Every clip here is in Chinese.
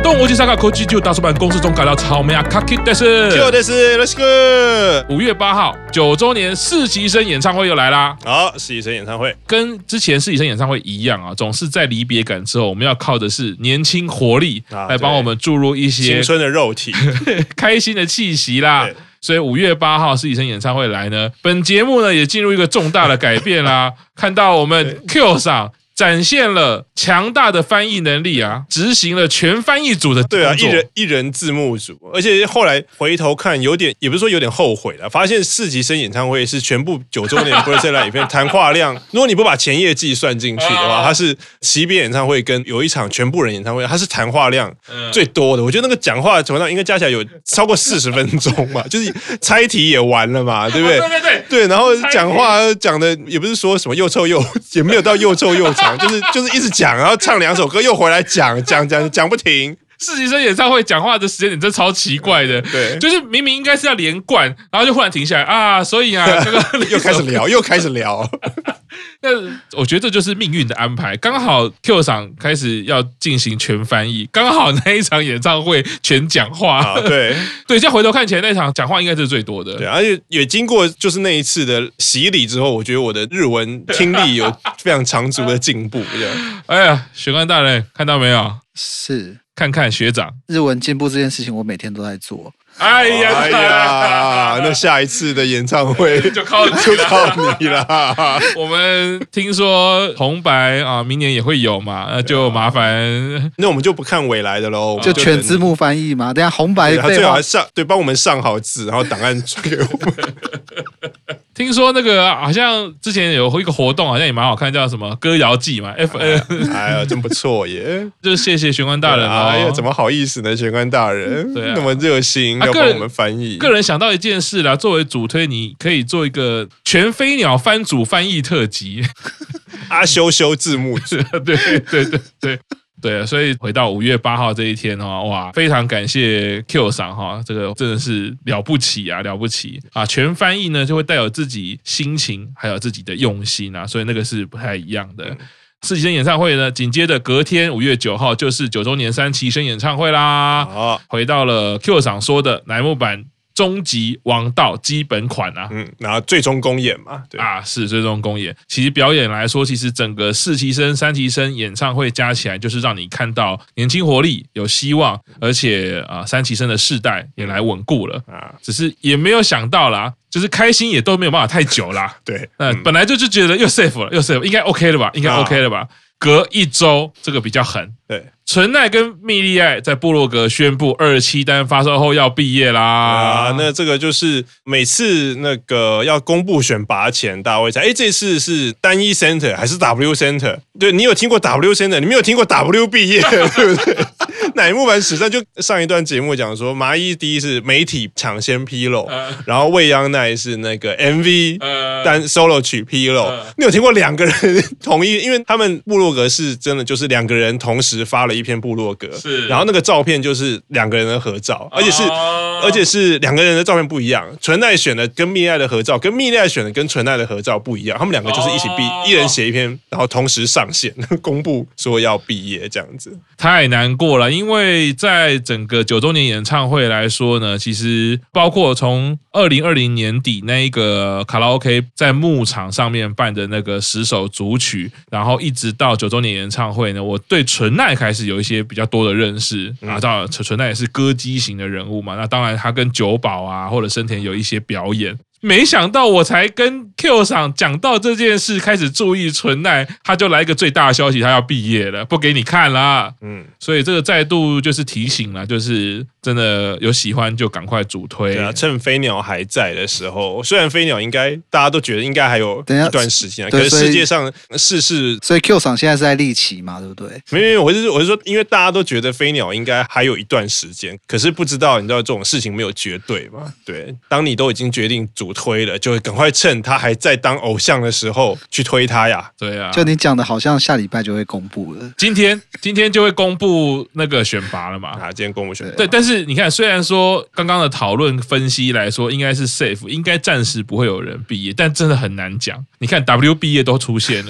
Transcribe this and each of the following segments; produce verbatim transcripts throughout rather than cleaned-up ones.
动物サッカーコーチ就大叔版公司中改到草莓啊卡基です。 就です。Let's go。 五月八号，九周年实习生演唱会又来啦！ 好，实习生演唱会跟之前实习生演唱会一样啊，总是在离别感之后，我们要靠的是年轻活力、啊、来帮我们注入一些青春的肉体、 开心的气息啦。所以五月八号实习生演唱会来呢，本节目呢也进入一个重大的改变啦。看到我们 Q 上展现了强大的翻译能力啊，执行了全翻译组的工作。 对啊，一人一人字幕组，而且后来回头看，有点也不是说有点后悔了，发现实习生演唱会是全部九周年 birthday live 影片谈话量，如果你不把前业绩算进去的话，它是旗边演唱会跟有一场全部人演唱会，它是谈话量最多的。我觉得那个讲话的谈话应该加起来有超过四十分钟嘛，就是猜题也完了嘛，对不对？ 对对对对，然后讲话讲的也不是说什么又臭又，也没有到又臭又长。就是就是一直讲，然后唱两首歌，又回来讲讲讲讲不停。 实习生演唱会讲话的时间点真超奇怪的， 对， 就是明明应该是要连贯，然后就忽然停下来啊，所以啊，这个又开始聊，又开始聊。 那我觉得这就是命运的安排，刚好 Q 赏开始要进行全翻译，刚好那一场演唱会全讲话， 啊、对对，现在回头看起来那场讲话应该是最多的， 对，而且也经过就是那一次的洗礼之后，我觉得我的日文听力有非常长足的进步。这样， 哎呀，玄关大人看到没有？ 是。 看看学长， 日文进步这件事情，我每天都在做。 哎呀， 哎呀，那下一次的演唱会就靠你就靠你啦。 我们听说红白啊，明年也会有嘛，那就麻烦。 那我们就不看未来的喽， 就全字幕翻译嘛。等下红白他最好上对，帮我们上好字，然后档案传给我们。 听说那个好像之前有一个活动，好像也蛮好看，叫什么歌谣季嘛 ，F N。 哎呀，真不错耶！ 就是谢谢玄关大人哦。 哎呀，怎么好意思呢，玄关大人， 对啊， 那么热心要帮我们翻译。 个人想到一件事啦，作为主推，你可以做一个全飞鸟番组翻译特辑， 阿修修字幕组， 对对对对。对，所以回到五月八号这一天哦，哇，非常感谢 Q 赏哈，这个真的是了不起啊，了不起啊！全翻译呢就会带有自己心情，还有自己的用心啊，所以那个是不太一样的。实习生演唱会呢，紧接着隔天五月九号就是九周年三期生演唱会啦。 哦、 回到了 Q 赏说的乃木坂终极王道基本款啊， 嗯，然后最终公演嘛，对啊，是最终公演。其实表演来说，其实整个四期生、三期生演唱会加起来，就是让你看到年轻活力、有希望，而且啊、呃，三期生的世代也来稳固了啊。只是也没有想到啦，就是开心也都没有办法太久啦。 对， 那、嗯、本来就就觉得又 safe 了，又 safe， 应该 OK 了吧？应该 OK 了吧？啊、隔一周，这个比较狠。 对。 纯奈跟蜜莉爱在部落格宣布二十七单发售后要毕业啦。 啊，那这个就是每次那个要公布选拔前，大家会猜，哎，这次是单一 center 还是 W center？ 对，你有听过 W center， 你没有听过 W 毕业，对不对？乃木坂史上就上一段节目讲说，麻衣第一是媒体抢先披露，呃、然后未央奈是那个 M V 单 solo 曲披露。呃、你有听过两个人同一？因为他们部落格是真的就是两个人同时发了一篇部落格， 是， 然后那个照片就是两个人的合照，而且是、哦、而且是两个人的照片不一样。纯奈选的跟蜜莉爱的合照，跟蜜莉爱选的跟纯奈的合照不一样，他们两个就是一起毕，哦、一人写一篇，然后同时上线公布说要毕业这样子， 太难过了。因为在整个九周年演唱会来说呢，其实包括从二零二零年底那一个卡拉 OK 在牧场上面办的那个十首组曲，然后一直到九周年演唱会呢，我对纯奈开始有一些比较多的认识啊。当然纯奈也是歌姬型的人物嘛，那当然他跟久保啊或者生田有一些表演。没想到我才跟 Q 赏讲到这件事，开始注意纯奈，他就来一个最大的消息，他要毕业了，不给你看啦。嗯，所以这个再度就是提醒了，就是真的有喜欢就赶快主推。 对啊，趁飞鸟还在的时候，虽然飞鸟应该大家都觉得应该还有一段时间，可是世界上世事， 所以 Q 赏现在是在立旗嘛，对不对？ 没有没有，我是我是说，因为大家都觉得飞鸟应该还有一段时间，可是不知道，你知道这种事情没有绝对嘛？对，当你都已经决定主推了，就赶快趁他还在当偶像的时候去推他呀。 对啊， 就你讲的好像下礼拜就会公布了， 今天今天就会公布那个选拔了嘛？ 啊，今天公布选拔。 对，但是你看，虽然说刚刚的讨论分析来说应该是 safe， 应该暂时不会有人毕业，但真的很难讲。你看 W 毕业都出现了。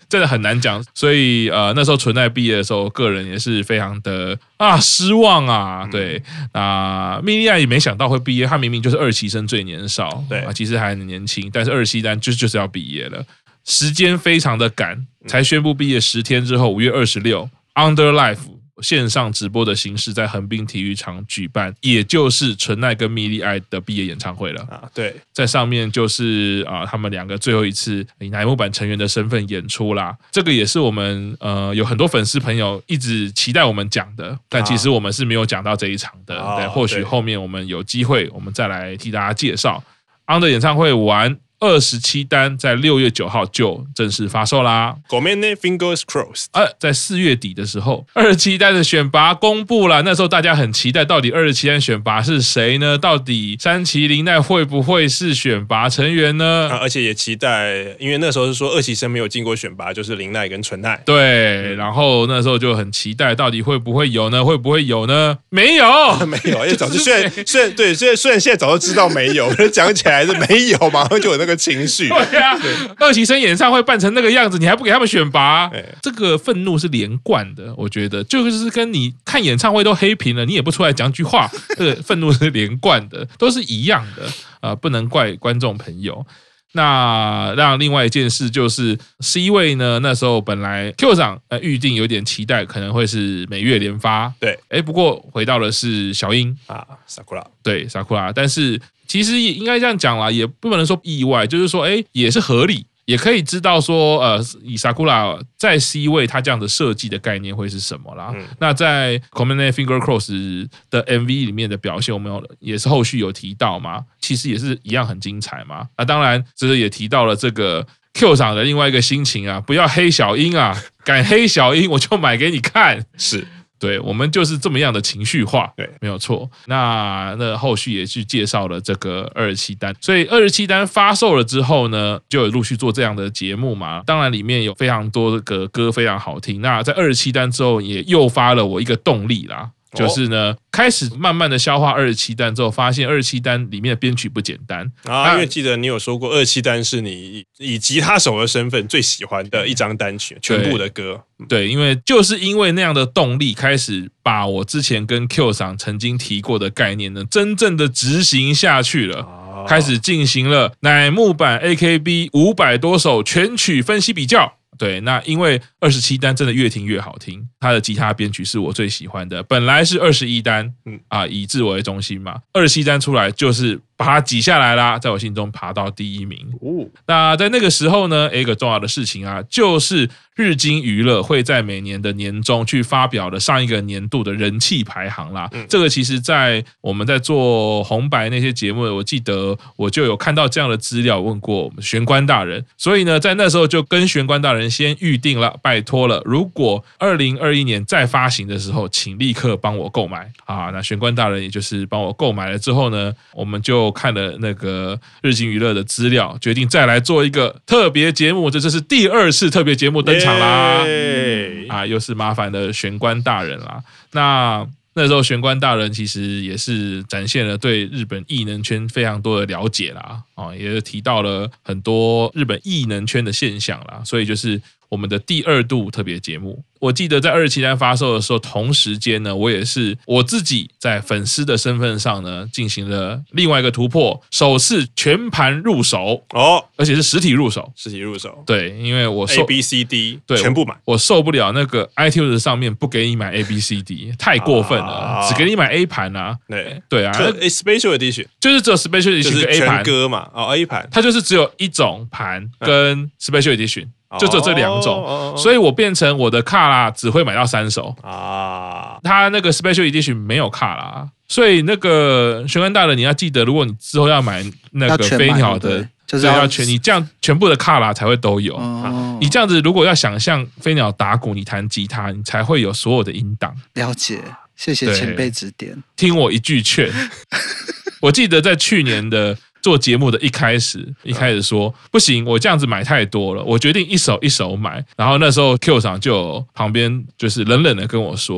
真的很难讲。所以呃那时候纯爱毕业的时候，个人也是非常的啊失望啊。对，那蜜莉艾也没想到会毕业，他明明就是二期生最年少， 对啊，其实还很年轻，但是二期单就就是要毕业了，时间非常的赶，才宣布毕业十天之后，五月二十六 ，Under Life。线上直播的形式在横滨体育场举办，也就是纯奈跟蜜莉艾的毕业演唱会了啊。对， 在上面就是啊、呃，他们两个最后一次以乃木坂成员的身份演出啦。这个也是我们呃有很多粉丝朋友一直期待我们讲的，但其实我们是没有讲到这一场的。 啊、 对，或许后面我们有机会，我们再来替大家介绍。Under 演唱会完。二十七单在六月九号就正式发售啦。 ごめんね fingers crossed。 呃，在四月底的时候，二十七单的选拔公布了。那时候大家很期待，到底二十七单选拔是谁呢？到底山崎绫奈会不会是选拔成员呢？ 啊、而且也期待，因为那时候是说二期生没有进过选拔，就是绫奈跟纯奈。 对，然后那时候就很期待，到底会不会有呢？会不会有呢？没有， 没有。因为早就虽然虽然对，虽然虽然现在早就知道没有，可是讲起来是没有，马上就有那个情绪。 对啊，二期生演唱会办成那个样子，你还不给他们选拔？这个愤怒是连贯的，我觉得就是跟你看演唱会都黑屏了，你也不出来讲句话，这个愤怒是连贯的，都是一样的啊、呃，不能怪观众朋友。那让另外一件事就是 C 位呢，那时候本来 Q 长呃预定有点期待，可能会是每月连发， 对， 哎，不过回到的是小樱啊 ，Sakura， 对 Sakura， 但是其实也应该这样讲啦，也不能说意外，就是说哎也是合理。也可以知道说，呃，以 Sakura 在 C 位它这样的设计的概念会是什么啦。嗯、那在 Common Finger Cross 的 M V 里面的表现，我们有也是后续有提到嘛，其实也是一样很精彩嘛。那当然，这是也提到了这个 Q 厂的另外一个心情啊，不要黑小樱啊，敢黑小樱我就买给你看。 是。 对，我们就是这么样的情绪化， 对， 没有错。那那后续也去介绍了这个二十七单，所以二十七单发售了之后呢，就有陆续做这样的节目嘛。当然里面有非常多个歌非常好听。那在二十七单之后，也诱发了我一个动力啦。就是呢，开始慢慢的消化二十七单之后，发现二十七单里面的编曲不简单啊。因为记得你有说过，二十七单是你以吉他手的身份最喜欢的一张单曲，全部的歌。 对，因为就是因为那样的动力，开始把我之前跟 Q 桑曾经提过的概念呢，真正的执行下去了。开始进行了乃木坂 A K B 五百多首全曲分析比较。对，那因为二十七单真的越听越好听，他的吉他编曲是我最喜欢的。本来是二十一单，嗯啊，以自我为中心嘛，二十七单出来就是把它挤下来啦，在我心中爬到第一名。哦，那在那个时候呢，一个重要的事情啊，就是日经娱乐会在每年的年中去发表了上一个年度的人气排行啦。嗯、这个其实在我们在做红白那些节目，我记得我就有看到这样的资料，问过我们玄关大人，所以呢，在那时候就跟玄关大人先预定了，拜托了，如果二零二一年再发行的时候，请立刻帮我购买啊。那玄关大人也就是帮我购买了之后呢，我们就看了那个日经娱乐的资料，决定再来做一个特别节目，这就是第二次特别节目登场啦。啊，又是麻烦的玄关大人啦。那那时候玄关大人其实也是展现了对日本艺能圈非常多的了解啦，哦，也提到了很多日本艺能圈的现象啦，所以就是我们的第二度特别节目。我记得在二十七单发售的时候，同时间呢，我也是我自己在粉丝的身份上呢，进行了另外一个突破，首次全盘入手哦，而且是实体入手， 实体入手。 对，因为我受 A B C D 对全部买， 我受不了那个 iTunes 上面不给你买 A B C D， 太过分了，啊、只给你买 A 盘啊。 对对啊 ，Special Edition 就是只有 Special Edition 跟 A 盘歌嘛，哦 A 盘， 它就是只有一种盘跟 Special Edition。就只有这两种， 哦、 所以我变成我的卡拉只会买到三首啊。 它那个 Special Edition 没有卡拉，所以那个玄关大人你要记得，如果你之后要买那个飞鸟的， 就是要全你这样全部的卡拉才会都有。哦、你这样子如果要想象飞鸟打鼓，你弹吉他，你才会有所有的音档。 了解，谢谢前辈指点。 听我一句劝，我记得在去年的。做节目的一开始，一开始说不行，我这样子买太多了，我决定一首一首买。然后那时候 Q 厂就旁边就是冷冷的跟我说，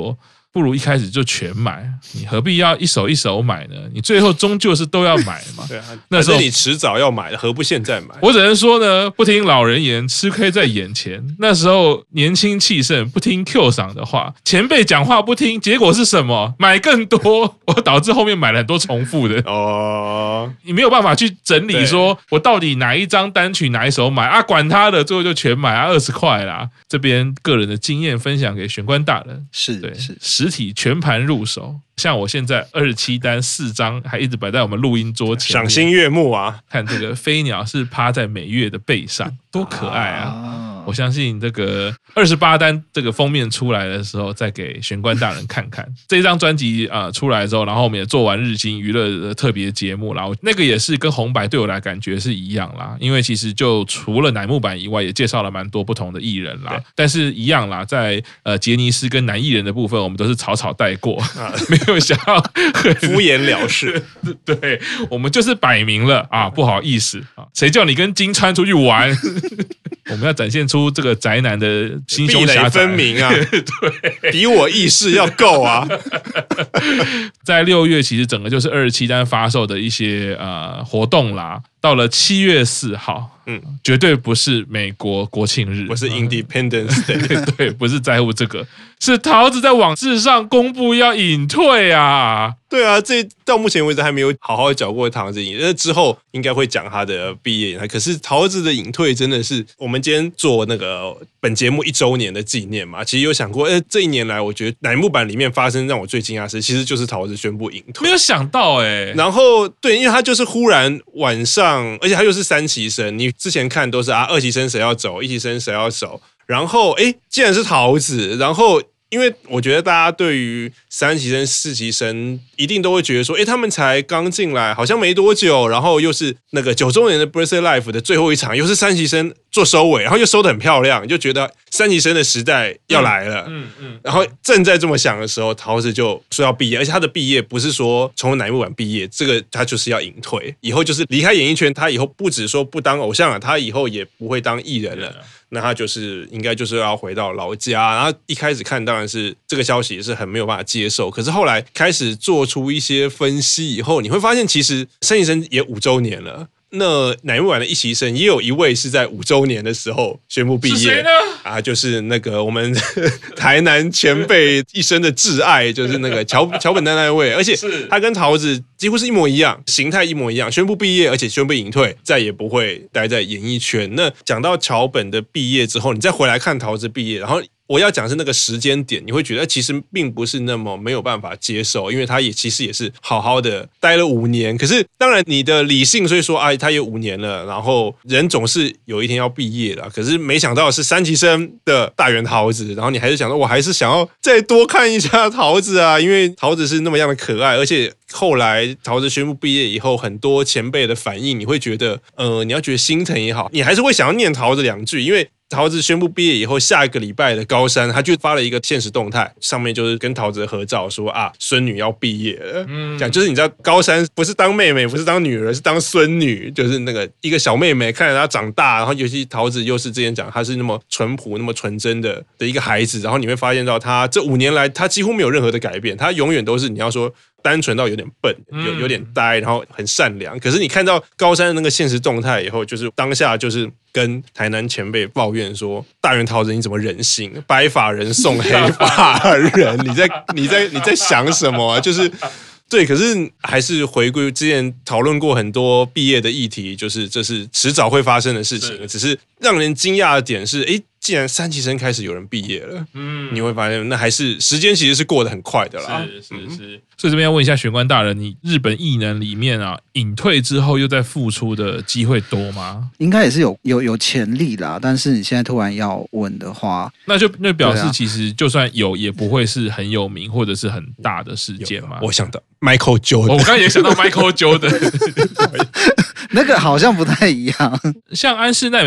不如一开始就全买，你何必要一手一手买呢？你最后终究是都要买嘛。 对啊， 那时候你迟早要买的，何不现在买？ 我只能说呢，不听老人言，吃亏在眼前。那时候年轻气盛，不听 Q 赏的话，前辈讲话不听，结果是什么？买更多，我导致后面买了很多重复的。 哦， 你没有办法去整理说，我到底哪一张单曲哪一首买啊？管他的，最后就全买啊，二十块啦。这边个人的经验分享给玄关大人， 是对， 是实体全盘入手。像我现在二十七单四张，还一直摆在我们录音桌前面， 赏心悦目啊！ 看这个飞鸟是趴在美月的背上，多可爱啊！ 啊我相信这个二十八单这个封面出来的时候，再给玄关大人看看。这张专辑啊、呃、出来之后，然后我们也做完日经娱乐的特别节目啦，那个也是跟红白对我来感觉是一样啦，因为其实就除了乃木坂以外，也介绍了蛮多不同的艺人啦。但是一样啦，在呃杰尼斯跟男艺人的部分，我们都是草草带过，啊、没有想要敷衍了事。 对，我们就是摆明了啊，不好意思啊，谁叫你跟金川出去玩？我们要展现出这个宅男的心胸狭窄， 壁垒分明啊！ 对， 敌我意识要够啊！ 在六月，其实整个就是二十七单发售的一些呃活动啦。到了七月四号，嗯，绝对不是美国国庆日， 不是 Independence Day， 对，不是在乎这个，是桃子在网志上公布要隐退啊。 对啊，这到目前为止还没有好好讲过桃子隐，那之后应该会讲他的毕业。可是桃子的隐退真的是我们今天做那个本节目一周年的纪念嘛？其实有想过，哎，这一年来，我觉得乃木坂里面发生让我最惊讶的事，其实就是桃子宣布隐退。 没有想到哎、欸， 然后对，因为他就是忽然晚上，而且他又是三期生，你之前看都是啊，二期生谁要走，一期生谁要走，然后哎，既然是桃子，然后。因为我觉得大家对于三期生、四期生一定都会觉得说，哎，他们才刚进来，好像没多久，然后又是那个九周年的 Birthday Live 的最后一场，又是三期生做收尾，然后又收得很漂亮，就觉得三期生的时代要来了。嗯嗯。嗯然后正在这么想的时候，桃子就说要毕业，而且他的毕业不是说从乃木坂毕业，这个他就是要隐退，以后就是离开演艺圈，他以后不只说不当偶像了，他以后也不会当艺人了。那他就是应该就是要回到老家，然后一开始看当然是这个消息也是很没有办法接受，可是后来开始做出一些分析以后，你会发现其实三期生也五周年了。那乃木坂的一期生也有一位是在五周年的时候宣布毕业， 是谁呢？ 啊，就是那个我们台南前辈一生的挚爱，就是那个桥桥本奈那位，而且他跟桃子几乎是一模一样，形态一模一样，宣布毕业，而且宣布隐退，再也不会待在演艺圈。那讲到桥本的毕业之后，你再回来看桃子毕业，然后。我要讲是那个时间点，你会觉得其实并不是那么没有办法接受，因为他也其实也是好好的待了五年。可是当然你的理性所以说，哎，他也五年了，然后人总是有一天要毕业了。可是没想到是三期生的大原桃子，然后你还是想说，我还是想要再多看一下桃子啊，因为桃子是那么样的可爱，而且。后来桃子宣布毕业以后，很多前辈的反应，你会觉得，呃，你要觉得心疼也好，你还是会想要念桃子两句，因为桃子宣布毕业以后，下一个礼拜的高山，他就发了一个限时动态，上面就是跟桃子的合照，说啊，孙女要毕业了，嗯，讲就是你知道高山不是当妹妹，不是当女儿，是当孙女，就是那个一个小妹妹，看着她长大，然后尤其桃子又是之前讲她是那么淳朴、那么纯真的的一个孩子，然后你会发现到她这五年来，她几乎没有任何的改变，她永远都是你要说。单纯到有点笨，有有点呆，然后很善良。可是你看到高山的那个现实动态以后，就是当下就是跟台南前辈抱怨说：“大原桃子你怎么忍心？白发人送黑发人，你在你在你在想什么啊？”就是对，可是还是回归之前讨论过很多毕业的议题，就是这是迟早会发生的事情，只是让人惊讶的点是，哎。既然三期生开始有人毕业了，嗯，你会发现那还是时间其实是过得很快的啦。 是是是，所以这边要问一下玄关大人，你日本艺能里面啊，隐退之后又再复出的机会多吗？ 应该也是有有有潜力啦，但是你现在突然要问的话， 那就那表示其实就算有，也不会是很有名或者是很大的事件嘛。 我想到 Michael Jordan， 我刚才也想到 Michael Jordan。 那个好像不太一样。 像安室奈美惠，她是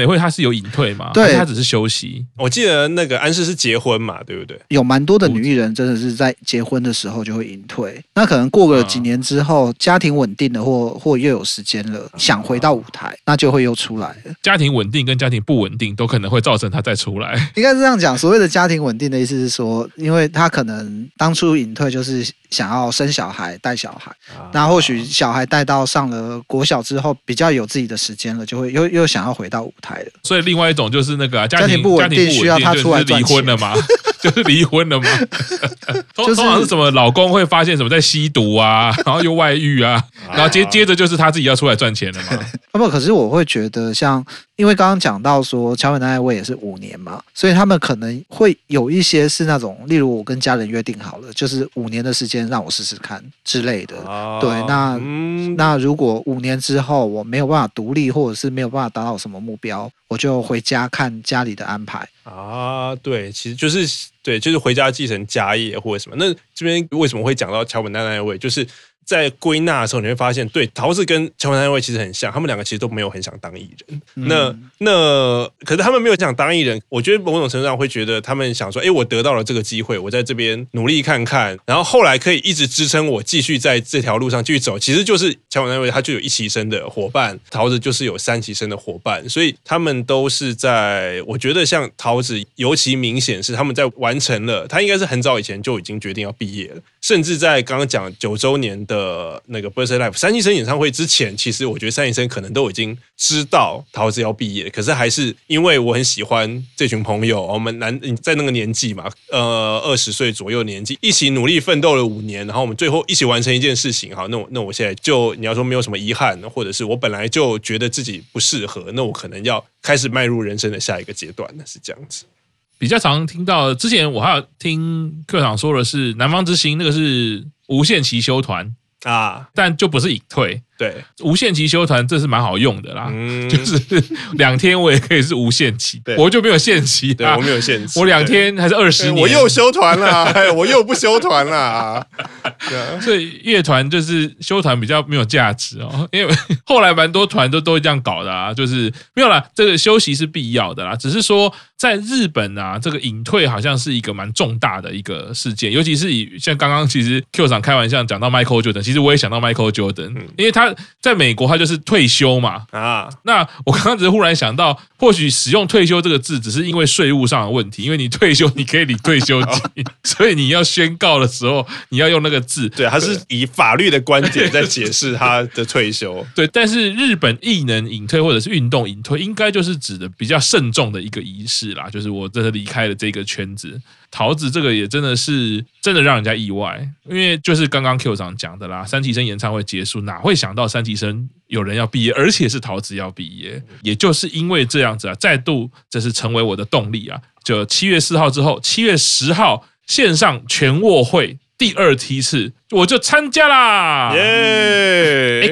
有隐退嘛？ 对， 他只是休息。 我记得那个安室是结婚嘛，对不对？ 有蛮多的女艺人真的是在结婚的时候就会隐退，那可能过个几年之后，嗯、家庭稳定了或或又有时间了，想回到舞台，那就会又出来了。 家庭稳定跟家庭不稳定都可能会造成他再出来。 应该是这样讲，所谓的家庭稳定的意思是说，因为他可能当初隐退就是想要生小孩、带小孩，啊、那或许小孩带到上了国小之后，比较有自己的时间了，就会又又想要回到舞台了。 所以另外一种就是那个、啊、家庭家庭不稳定，需要他出来赚钱， 就是离婚了嘛，就是离婚了嘛。通通常是什么老公会发现什么在吸毒啊，然后又外遇啊，然后接接着就是他自己要出来赚钱了嘛。 不，可是我会觉得像，因为刚刚讲到说桥本奈奈未也是五年嘛，所以他们可能会有一些是那种，例如我跟家人约定好了，就是五年的时间让我试试看之类的。啊、对，那、嗯、那如果五年之后我没有办法独立，或者是没有办法达到什么目标，我就回家看家里的安排。 啊，对，其实就是对，就是回家继承家业或者什么。那这边为什么会讲到桥本奈奈未，就是在归纳的时候，你会发现，对，桃子跟桥本奈奈未其实很像，他们两个其实都没有很想当艺人。嗯、那那可是他们没有想当艺人，我觉得某种程度上会觉得他们想说，哎，我得到了这个机会，我在这边努力看看，然后后来可以一直支撑我继续在这条路上继续走。其实就是桥本奈奈未他就有一期生的伙伴，桃子就是有三期生的伙伴，所以他们都是在，我觉得像桃子尤其明显是他们在完成了，他应该是很早以前就已经决定要毕业了，甚至在刚刚讲九周年的。的那个 Birthday Live 三期生演唱会之前，其实我觉得三期生可能都已经知道桃子要毕业，可是还是因为我很喜欢这群朋友，我们男在那个年纪嘛，呃，二十岁左右年纪，一起努力奋斗了五年，然后我们最后一起完成一件事情，好，那我那我现在就你要说没有什么遗憾，或者是我本来就觉得自己不适合，那我可能要开始迈入人生的下一个阶段，是这样子。 比较常听到，之前我还有听课长说的是南方之星，那个是无限期休团。啊，但就不是隐退。 对， 无限期休团这是蛮好用的啦，嗯、就是两天我也可以是无限期，我就没有限期、啊， 对，我没有限期， 我两天还是二十年， 我又休团了，我又不休团了， 所以乐团就是休团比较没有价值哦，因为后来蛮多团都都这样搞的啊，就是没有啦，这个休息是必要的啦，只是说在日本啊，这个隐退好像是一个蛮重大的一个事件，尤其是以像刚刚其实 Q 厂开玩笑讲到 Michael Jordan， 其实我也想到 Michael Jordan，、嗯、因为他在美国他就是退休嘛啊，那我刚刚只是忽然想到，或许使用退休这个字只是因为税务上的问题，因为你退休你可以领退休金，所以你要宣告的时候你要用那个字， 对，他是以法律的观点在解释他的退休， 对，但是日本艺能隐退或者是运动隐退，应该就是指的比较慎重的一个仪式啦，就是我真的离开了这个圈子。桃子这个也真的是真的让人家意外，因为就是刚刚 Q 长讲的啦，三期生演唱会结束，哪会想到三期生有人要毕业，而且是桃子要毕业，也就是因为这样子啊，再度这是成为我的动力啊。就七月四号之后，七月十号线上全握会第二梯次，我就参加啦！耶、yeah! ！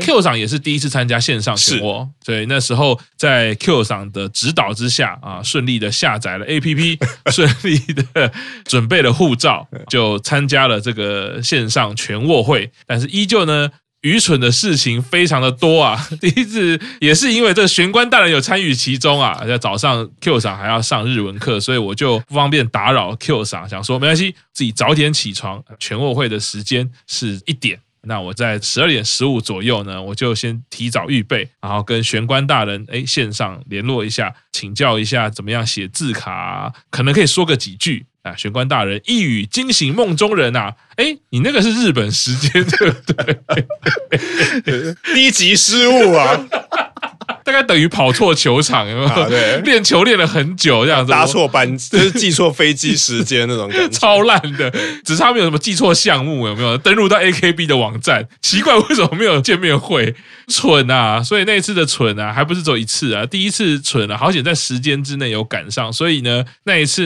Q 长也是第一次参加线上全握，所以那时候在 Q 长的指导之下啊，顺利的下载了 A P P， 顺利的准备了护照，就参加了这个线上全握会。但是依旧呢，愚蠢的事情非常的多啊！第一次也是因为这个玄关大人有参与其中啊，在早上 Q 赏还要上日文课，所以我就不方便打扰 Q 赏，想说没关系，自己早点起床。全握会的时间是一点，那我在十二点十五左右呢，我就先提早预备，然后跟玄关大人哎线上联络一下，请教一下怎么样写字卡、啊，可能可以说个几句。啊！玄关大人一语惊醒梦中人啊！哎，你那个是日本时间对不对？ 低级失误啊！ 大概等于跑错球场，有没有？啊、对，练球练了很久这样子， 搭错班，就是记错飞机时间那种感觉， 超烂的。只差没有什么记错项目，有没有？登录到 A K B 的网站，奇怪为什么没有见面会？蠢啊！所以那一次的蠢啊，还不是只有一次啊，第一次蠢啊，好险在时间之内有赶上，所以呢，那一次呢，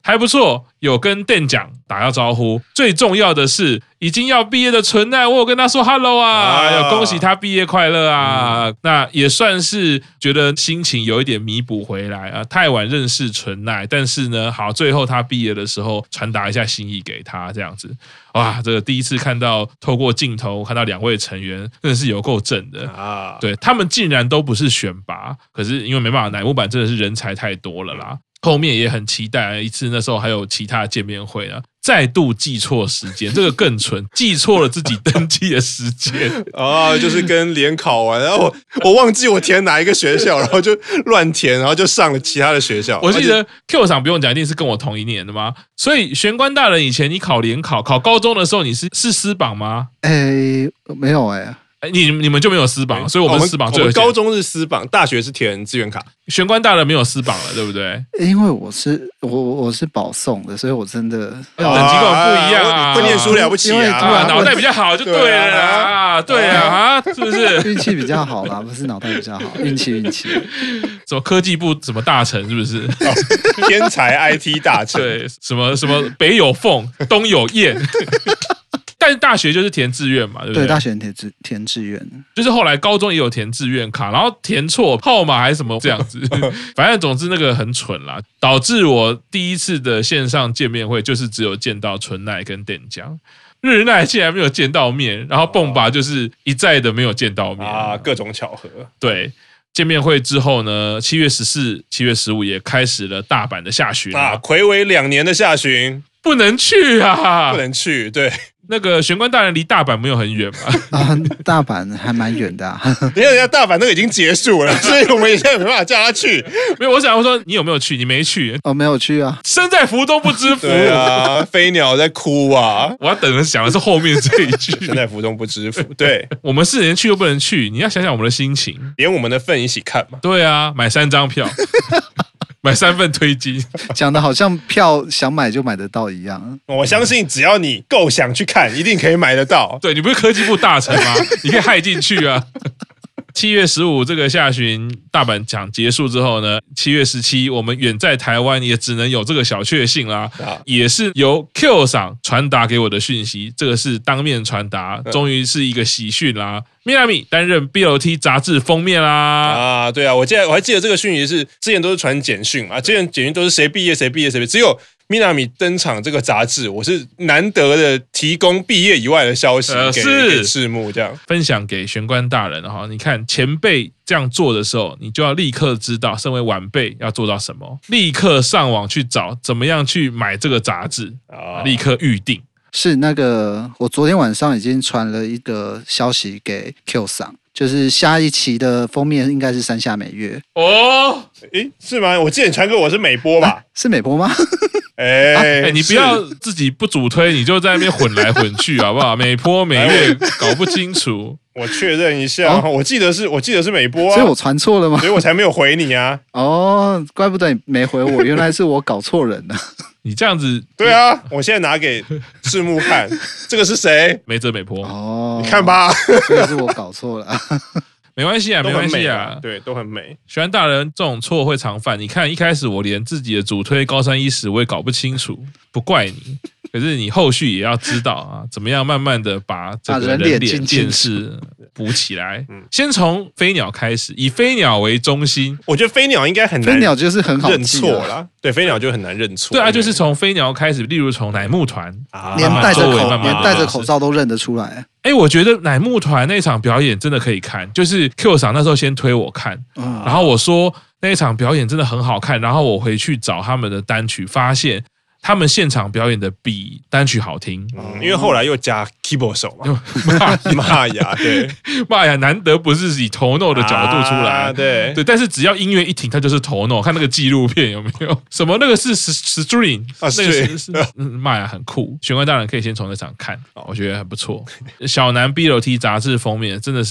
还不错，有跟店长打个招呼。最重要的是，已经要毕业的纯奈，我有跟他说 hello 啊， 啊要恭喜他毕业快乐啊。嗯、那也算是觉得心情有一点弥补回来啊。太晚认识纯奈，但是呢，好，最后他毕业的时候传达一下心意给他，这样子。哇，这个第一次看到透过镜头看到两位成员，真的是有够正的啊！对，他们竟然都不是选拔，可是因为没办法，乃木坂真的是人才太多了啦。后面也很期待一次，那时候还有其他的见面会啊，再度记错时间，这个更蠢，记错了自己登记的时间哦，就是跟联考完，然后我我忘记我填哪一个学校，然后就乱填，然后就上了其他的学校。 我记得 Q 厂不用讲，一定是跟我同一年的吗？所以玄关大人以前你考联考，考高中的时候你是是私榜吗？ 哎，没有哎。 你你们就没有私榜，所以我们私榜最有。 我们高中是私榜，大学是填志愿卡。 玄关大人没有私榜了，对不对？ 因为我是我我是保送的，所以我真的等级跟我们不一样啊， 会念书了不起啊， 脑袋比较好就对了啊，对啊啊，是不是？ 运气比较好啦，不是脑袋比较好，运气运气。 什么科技部什么大臣是不是？ 天才 I T 大臣， 对，什么什么北有凤，东有雁。但是大学就是填志愿嘛，对不对？ 对，大学填志填志愿， 就是后来高中也有填志愿卡，然后填错号码还是什么这样子，反正总之那个很蠢啦，导致我第一次的线上见面会就是只有见到纯奈跟店江，日奈竟然没有见到面，然后蹦吧就是一再的没有见到面啊，各种巧合。 对。见面会之后呢，七月十四、七月十五也开始了大阪的下旬啊，睽违两年的下旬， 不能去啊， 不能去，对。 那个玄关大人离大阪没有很远嘛？ 啊，大阪还蛮远的、啊。 因为人家大阪那个已经结束了，所以我们现在没办法叫他去。 没有，我想说你有没有去？你没去？ 哦，没有去啊。 身在福中不知福。 对啊，飞鸟在哭啊！ 我要等着想的是后面这一句。 身在福中不知福。对， 我们是连去都不能去，你要想想我们的心情， 连我们的份一起看嘛。 对啊，买三张票。买三份推机， 讲的好像票想买就买得到一样。 我相信只要你够想去看，一定可以买得到。 对，你不是科技部大臣吗？你可以害进去啊。七月十五这个下旬大阪奖结束之后呢，七月十七我们远在台湾也只能有这个小确幸啦，啊、也是由 Q 赏传达给我的讯息，这个是当面传达，终于是一个喜讯啦。Minami 担任 B L T 杂志封面啦！ 啊，对啊，我记得我还记得这个讯息是之前都是传简讯嘛，之前简讯都是谁毕业谁毕业谁毕业，只有 Minami 登场这个杂志，我是难得的提供毕业以外的消息给、呃、给赤木这样分享给玄关大人哈。你看前辈这样做的时候，你就要立刻知道，身为晚辈要做到什么，立刻上网去找怎么样去买这个杂志啊，立刻预定。 是那个，我昨天晚上已经传了一个消息给 Q 桑，就是下一期的封面应该是山下美月哦， 诶，是吗？我记得你传给我是美波吧？ 啊、是美波吗？ 哎、 欸欸，你不要自己不主推，你就在那边混来混去，好不好？美波美月搞不清楚。 我确认一下，哦、我记得是，我记得是美波啊， 所以我传错了吗？ 所以我才没有回你啊。 哦，怪不得你没回我，原来是我搞错人了。 你这样子， 对啊，我现在拿给赤木看，这个是谁？ 梅泽美波。 哦， 你看吧， 所以是我搞错了。 没关系啊，没关系啊， 对，都很美。 喜欢大人这种错会常犯。你看一开始我连自己的主推高山一史我也搞不清楚，不怪你。可是你后续也要知道啊，怎么样慢慢的把这个人脸见识补起来。先从飞鸟开始，以飞鸟为中心。 我觉得飞鸟应该很难， 飞鸟就是很好认错啦。对，飞鸟就很难认错。 对啊，就是从飞鸟开始，例如从乃木团， 啊、连戴着口连戴着口罩都认得出来。 哎，我觉得乃木团那场表演真的可以看，就是 Q 赏那时候先推我看，嗯、然后我说那一场表演真的很好看，然后我回去找他们的单曲，发现他们现场表演的比单曲好听， 嗯、因为后来又加 keyboard 手嘛，玛雅对， 玛雅难得不是以头 no 的角度出来， 啊、对对，但是只要音乐一停，它就是头 no。看那个纪录片有没有什么那个是 string， 啊， 那个是玛雅很酷，玄关大人可以先从那场看，我觉得很不错。小南 B L T 杂志封面真的是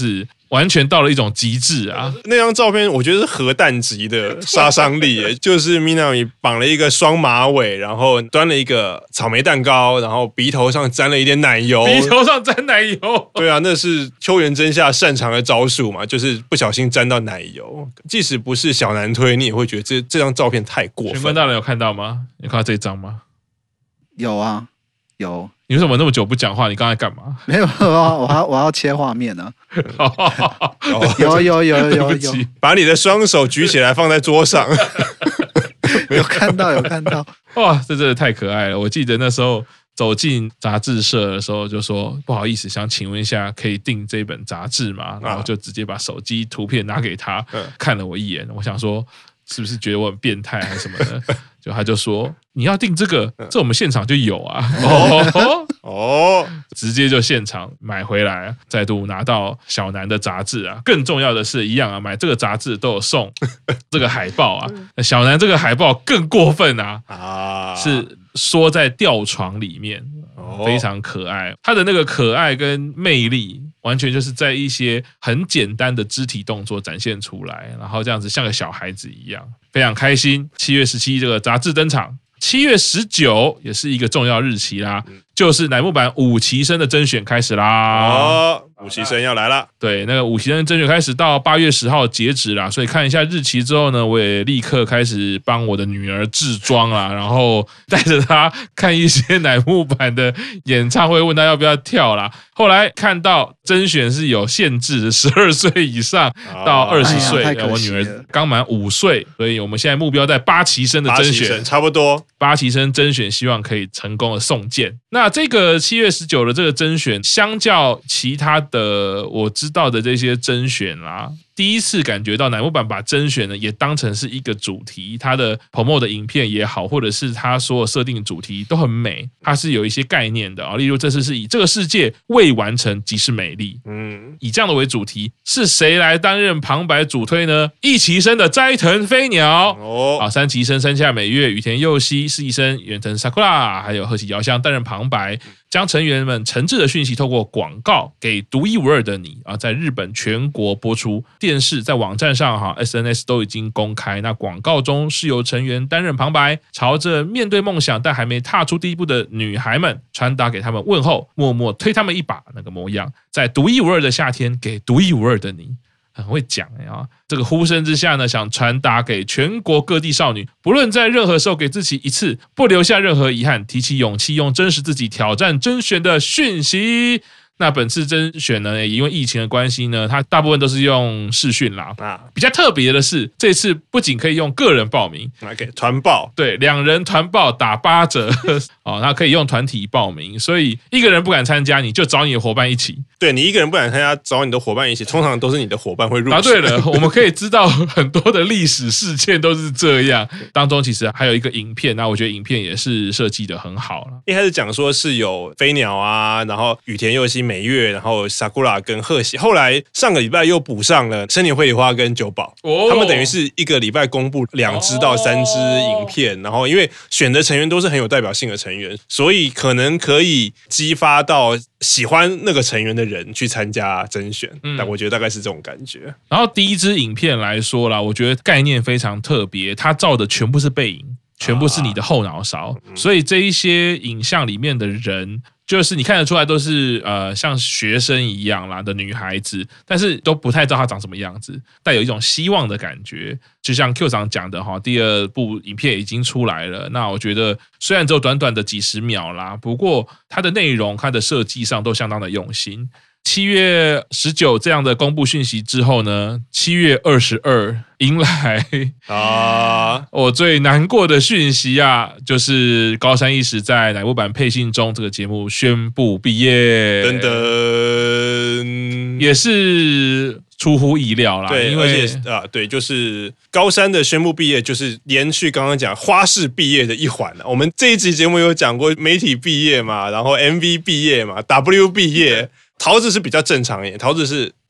完全到了一种极致啊！ 那张照片我觉得是核弹级的杀伤力耶，就是 Minami 绑了一个双马尾，然后端了一个草莓蛋糕，然后鼻头上沾了一点奶油， 鼻头上沾奶油。 对啊，那是秋元真夏擅长的招数嘛，就是不小心沾到奶油。即使不是小男推，你也会觉得这这张照片太过分。 玄关大人有看到吗？有看到这张吗？ 有啊，有。 你为什么那么久不讲话？你刚才干嘛？ 没有，我要我要我要切画面呢、啊。有有有有有， 把你的双手举起来放在桌上。 有看到有看到。 哇，这真的太可爱了！我记得那时候走进杂志社的时候，就说不好意思，想请问一下，可以订这本杂志吗？然后就直接把手机图片拿给他，看了我一眼，我想说是不是觉得我很变态还是什么的？就他就说你要订这个，这我们现场就有啊。哦哦，直接就现场买回来，再度拿到小南的杂志啊。更重要的是，一样啊，买这个杂志都有送这个海报啊。小南这个海报更过分啊，啊是缩在吊床里面，非常可爱。他的那个可爱跟魅力，完全就是在一些很简单的肢体动作展现出来，然后这样子像个小孩子一样。非常开心，七月十七这个杂志登场，七月十九也是一个重要日期啦，就是乃木坂五期生的甄选开始啦。 哦，五期生要来了。 对，那个五期生甄选开始到八月十号截止啦，所以看一下日期之后呢，我也立刻开始帮我的女儿制装啦，然后带着她看一些乃木坂的演唱会，问她要不要跳啦。后来看到甄选是有限制的，十二岁以上到二十岁， 哎、 我女儿刚满五岁，所以我们现在目标在八期生的甄选， 差不多八期生甄选，希望可以成功的送件。那这个七月十九的这个甄选，相较其他的我知道的这些甄选啦，第一次感觉到乃木坂把甄选呢也当成是一个主题，它的 promo 的影片也好，或者是它所有设定的主题都很美，它是有一些概念的啊、哦。例如这次是以这个世界未完成即是美丽，嗯，以这样的为主题，是谁来担任旁白主推呢？一期生的斋藤飞鸟哦，啊，三期生山下美月、羽田佑希、四期生远藤 Sakura， 还有贺喜遥香担任旁白。将成员们诚挚的讯息透过广告给独一无二的你啊，在日本全国播出，电视在网站上哈 S N S 都已经公开。那广告中是由成员担任旁白，朝着面对梦想但还没踏出第一步的女孩们传达给他们问候，默默推他们一把那个模样，在独一无二的夏天给独一无二的你。很会讲啊！这个呼声之下呢，想传达给全国各地少女，不论在任何时候给自己一次不留下任何遗憾，提起勇气，用真实自己挑战甄选的讯息。那本次甄选呢，也因为疫情的关系呢，它大部分都是用视讯啦。啊，比较特别的是，这次不仅可以用个人报名， 还可以团报， 对，两人团报打八折哦，那可以用团体报名，所以一个人不敢参加，你就找你的伙伴一起。 对，你一个人不敢参加，找你的伙伴一起，通常都是你的伙伴会入。 答对了，我们可以知道很多的历史事件都是这样。当中其实还有一个影片，那我觉得影片也是设计的很好了。 一开始讲说是有飞鸟啊，然后羽田佑希、美月，然后 Sakura 跟贺喜，后来上个礼拜又补上了森田绘里花跟久保，哦、他们等于是一个礼拜公布两支到三支影片，哦、然后因为选的成员都是很有代表性的成员，所以可能可以激发到喜欢那个成员的人去参加甄选，嗯、但我觉得大概是这种感觉。 然后第一支影片来说啦，我觉得概念非常特别，它照的全部是背影，全部是你的后脑勺，啊、所以这一些影像里面的人。就是你看得出来都是呃像学生一样啦的女孩子，但是都不太知道她长什么样子，带有一种希望的感觉。就像 Q 长讲的哈，第二部影片已经出来了。那我觉得虽然只有短短的几十秒啦，不过它的内容、它的设计上都相当的用心。七月十九这样的公布讯息之后呢，七月二十二迎来啊我最难过的讯息啊，就是高山一实在乃木坂配信中这个节目宣布毕业， 噔噔， 也是出乎意料啦。 对， 因为而且啊，对，就是高山的宣布毕业，就是延续刚刚讲花式毕业的一环了。我们这一集节目有讲过媒体毕业嘛，然后 M V 毕业嘛 ，W 毕业。桃子是比较正常一点，桃子是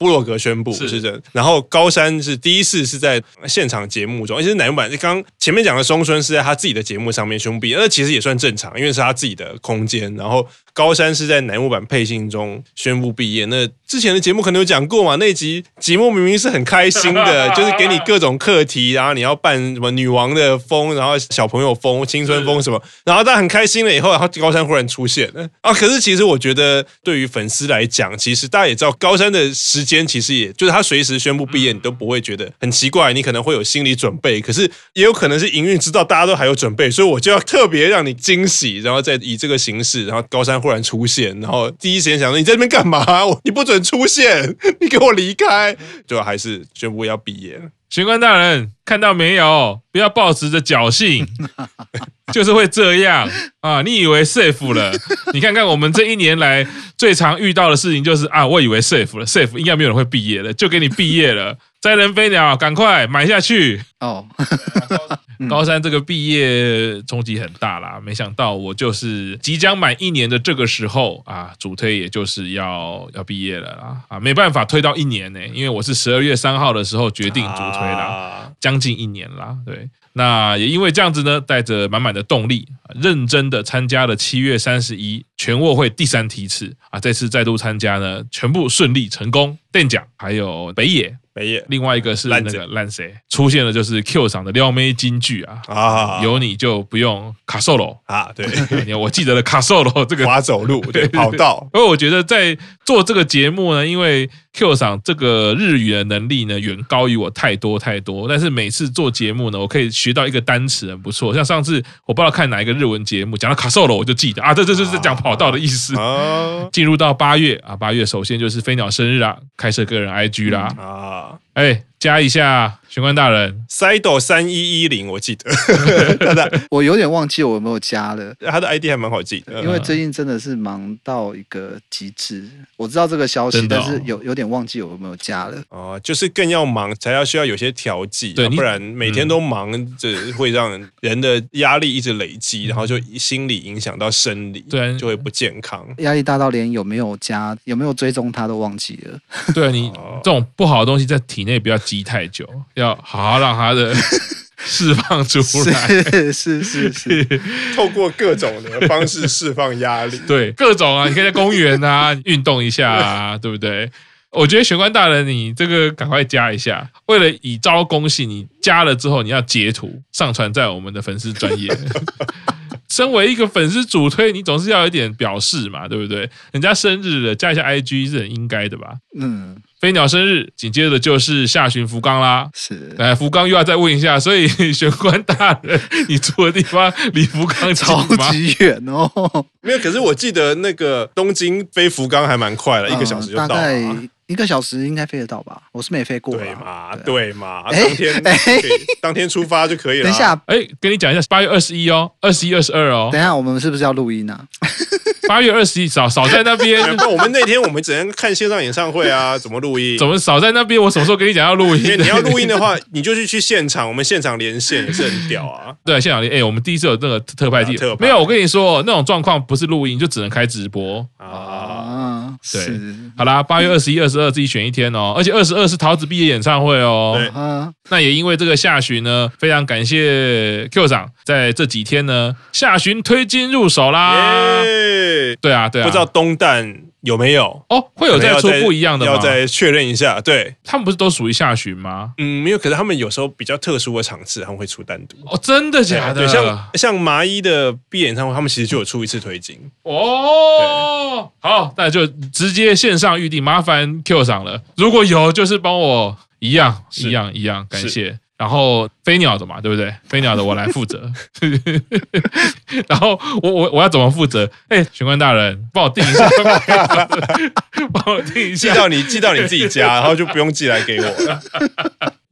部落格宣布是是的，然后高山是第一次是在现场节目中，而且是乃木坂刚前面讲的松村是在他自己的节目上面宣布毕业，那其实也算正常，因为是他自己的空间，然后高山是在乃木坂配信中宣布毕业。那之前的节目可能有讲过嘛，那集节目明明是很开心的，就是给你各种课题，然后你要扮什么女王的风，然后小朋友风、青春风什么，然后大家很开心了以后，然后高山忽然出现了啊！可是其实我觉得对于粉丝来讲，其实大家也知道高山的时间其实也就是他随时宣布毕业，你都不会觉得很奇怪，你可能会有心理准备，可是也有可能是营运知道大家都还有准备，所以我就要特别让你惊喜，然后再以这个形式，然后高山忽然出现，然后第一时间想说你在这边干嘛？你不准出现，你给我离开，最后还是宣布要毕业了。 玄关大人看到没有？不要抱持着侥幸，就是会这样啊！你以为 safe 了？你看看我们这一年来最常遇到的事情就是啊，我以为 safe 了 ，safe 应该没有人会毕业了，就给你毕业了。摘人飞鸟，赶快买下去哦！ 高山这个毕业冲击很大啦，没想到我就是即将满一年的这个时候啊，主推也就是要要毕业了啦啊，没办法推到一年呢、欸，因为我是十二月三号的时候决定主推啦， 啊、 将近一年啦，对。那也因为这样子呢，带着满满的动力，认真的参加了七月三十一全握会第三梯次啊，这次再度参加呢，全部顺利成功。电奖还有北野。 北野， 另外一个是那个烂谁出现了，就是 Q 赏的撩妹金句啊啊，有你就不用卡兽喽啊，对， 我记得了卡兽喽这个滑走路对跑道， 因为我觉得在做这个节目呢，因为 Q 赏这个日语的能力呢远高于我太多太多，但是每次做节目呢，我可以学到一个单词很不错，像上次我不知道看哪一个日文节目讲到卡兽喽，我就记得啊，这这就是讲跑道的意思。啊、进入到八月啊，八月首先就是飞鸟生日啦，开设个人 I G 啦啊。哎，加一下玄关大人 ，Sido 三一一零，我记得， 我有点忘记我有没有加了。 他的 I D 还蛮好记的， 因为最近真的是忙到一个极致。我知道这个消息，哦、但是有有点忘记我有没有加了。 哦，就是更要忙，才要需要有些调剂，对、啊，不然每天都忙，嗯、这会让人的压力一直累积，然后就心理影响到生理，对，就会不健康。 压力大到连有没有加、有没有追踪他都忘记了。 对你这种不好的东西在体内不要积太久，要好好让它的释放出来。 是是是是， 透过各种的方式释放压力。 对，各种啊，你可以在公园啊运动一下啊，对不对？我觉得玄关大人，你这个赶快加一下，为了以招公信，你加了之后你要截图上传在我们的粉丝专页。身为一个粉丝主推，你总是要有一点表示嘛，对不对？人家生日了，加一下 I G 是很应该的吧？嗯。飞鸟生日，紧接着就是下旬福冈啦。是，哎，福冈又要再问一下，所以玄关大人，你住的地方离福冈超级远哦。 没有，可是我记得那个东京飞福冈还蛮快的，嗯、一个小时就到了。大概一个小时应该飞得到吧？我是没飞过。 对嘛，对嘛，当天当天出发就可以了。 等一下， 哎，跟你讲一下，八月二十一哦，二十一、二十二哦。 等一下，我们是不是要录音啊？ 八月二十一少少在那边， 那我们那天我们只能看线上演唱会啊，怎么录音？ 怎么少在那边？我什么时候跟你讲要录音？ 你要录音的话，你就去去现场，我们现场连线也是很屌啊。 对，现场连，哎，我们第一次有那个特派季，没有。我跟你说，那种状况不是录音，就只能开直播啊。对，好啦，八月二十一、二十二自己选一天哦，而且二十二是桃子毕业演唱会哦。那也因为这个下旬呢，非常感谢 Q 长在这几天呢，下旬推金入手啦。对啊，对啊， 不知道东蛋有没有哦？会有再出不一样的吗？ 要再确认一下。对， 他们不是都属于下旬吗？ 嗯，没有。可是他们有时候比较特殊的场次，他们会出单独。 哦，真的假的？ 对，像像麻衣的毕业演唱会，他们其实就有出一次推金。 哦，好，那就直接线上预定，麻烦 Q 上了。如果有，就是帮我一样一样一样，感谢。然后飞鸟的嘛，对不对？飞鸟的我来负责。然后我我我要怎么负责？哎，玄关大人，帮我定一下，帮我定一下， 寄到你寄到你自己家，然后就不用寄来给我了。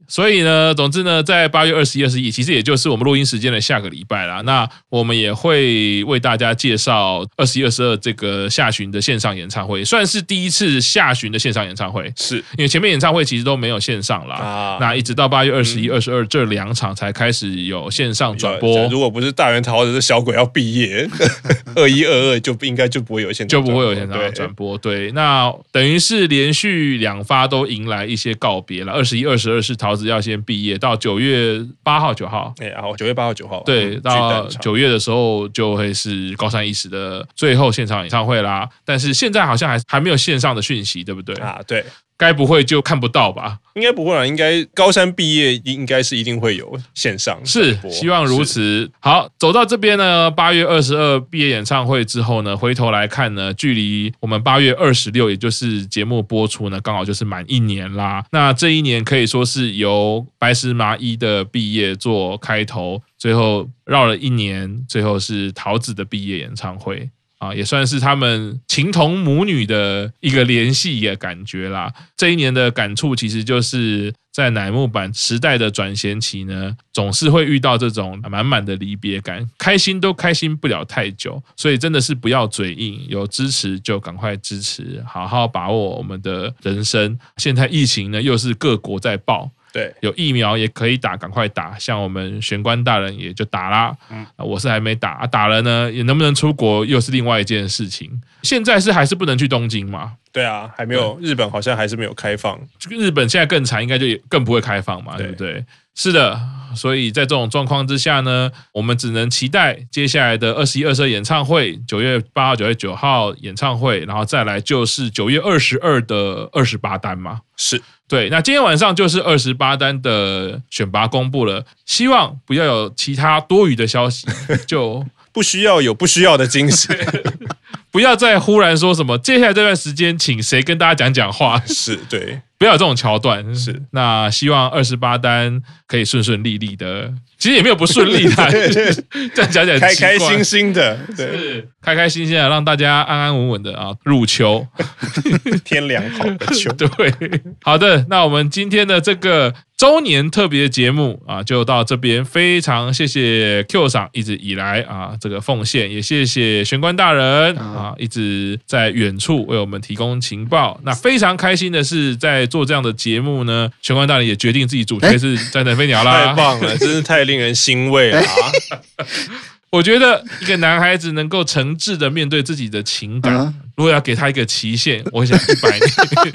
所以呢，总之呢，在八月二十一、二十一，其实也就是我们录音时间的下个礼拜啦。那我们也会为大家介绍二十一、二十二这个下旬的线上演唱会，算是第一次下旬的线上演唱会， 是因为前面演唱会其实都没有线上啦。啊、那一直到八月二十一、二十二这两场才开始有线上转播。 如果不是大元桃的小鬼要毕业，二一、二二就应该就不会有线上就不会有线上转播。对，那等于是连续两发都迎来一些告别了。二十一、二十二是桃子要先毕业，到九月八号、九号， 哎，然后九月八号、九号， 对，到九月的时候就会是高山一时的最后现场演唱会啦。但是现在好像还还没有线上的讯息，对不对？ 啊，对。 该不会就看不到吧？ 应该不会啦，应该高三毕业应该是一定会有线上， 是希望如此。好，走到这边呢，八月二十二毕业演唱会之后呢，回头来看呢，距离我们八月二十六，也就是节目播出呢，刚好就是满一年啦。那这一年可以说是由白石麻衣的毕业做开头，最后绕了一年，最后是桃子的毕业演唱会。啊，也算是他们情同母女的一个联系的感觉啦。这一年的感触，其实就是在乃木坂时代的转衔期呢，总是会遇到这种满满的离别感，开心都开心不了太久，所以真的是不要嘴硬，有支持就赶快支持，好好把握我们的人生。现在疫情呢，又是各国在爆。 对， 有疫苗也可以打，赶快打。像我们玄关大人也就打啦，嗯、我是还没打，啊、打了呢，也能不能出国又是另外一件事情。现在是还是不能去东京嘛？ 对啊，还没有，日本好像还是没有开放。 日本现在更惨，应该就更不会开放嘛，对不对？是的，所以在这种状况之下呢，我们只能期待接下来的二十一、二十二演唱会，九月八号、九月九号演唱会，然后再来就是九月二十二的二十八单嘛。 是。 对，那今天晚上就是二十八单的选拔公布了，希望不要有其他多余的消息，就不需要有不需要的惊喜， 不要再忽然说什么接下来这段时间请谁跟大家讲讲话， 是对， 不要有这种桥段。 是， 那希望二十八单可以顺顺利利的，其实也没有不顺利的，这样讲起来开开心心的，对， 是开开心心的，让大家安安稳稳的啊入秋， 天凉好的秋。 对，好的，那我们今天的这个周年特别节目啊，就到这边。非常谢谢 Q 赏一直以来啊这个奉献，也谢谢玄关大人啊一直在远处为我们提供情报。那非常开心的是，在做这样的节目呢，玄关大人也决定自己主推是战神飞鸟啦， 太棒了，真是太令人欣慰了、啊。 我觉得一个男孩子能够诚挚的面对自己的情感，嗯、如果要给他一个期限，我想一百年。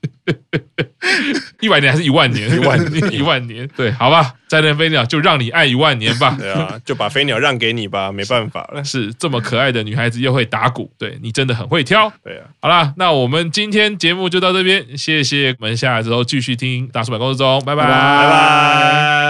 一百年还是一万年？ 一万年， 一万年。对，好吧，战神飞鸟就让你爱一万年吧。 对啊，就把飞鸟让给你吧，没办法了。 是这么可爱的女孩子，又会打鼓，对你真的很会挑。 对啊， 好啦，那我们今天节目就到这边，谢谢，我们下来之后继续听大叔版公司中，拜拜， 拜拜。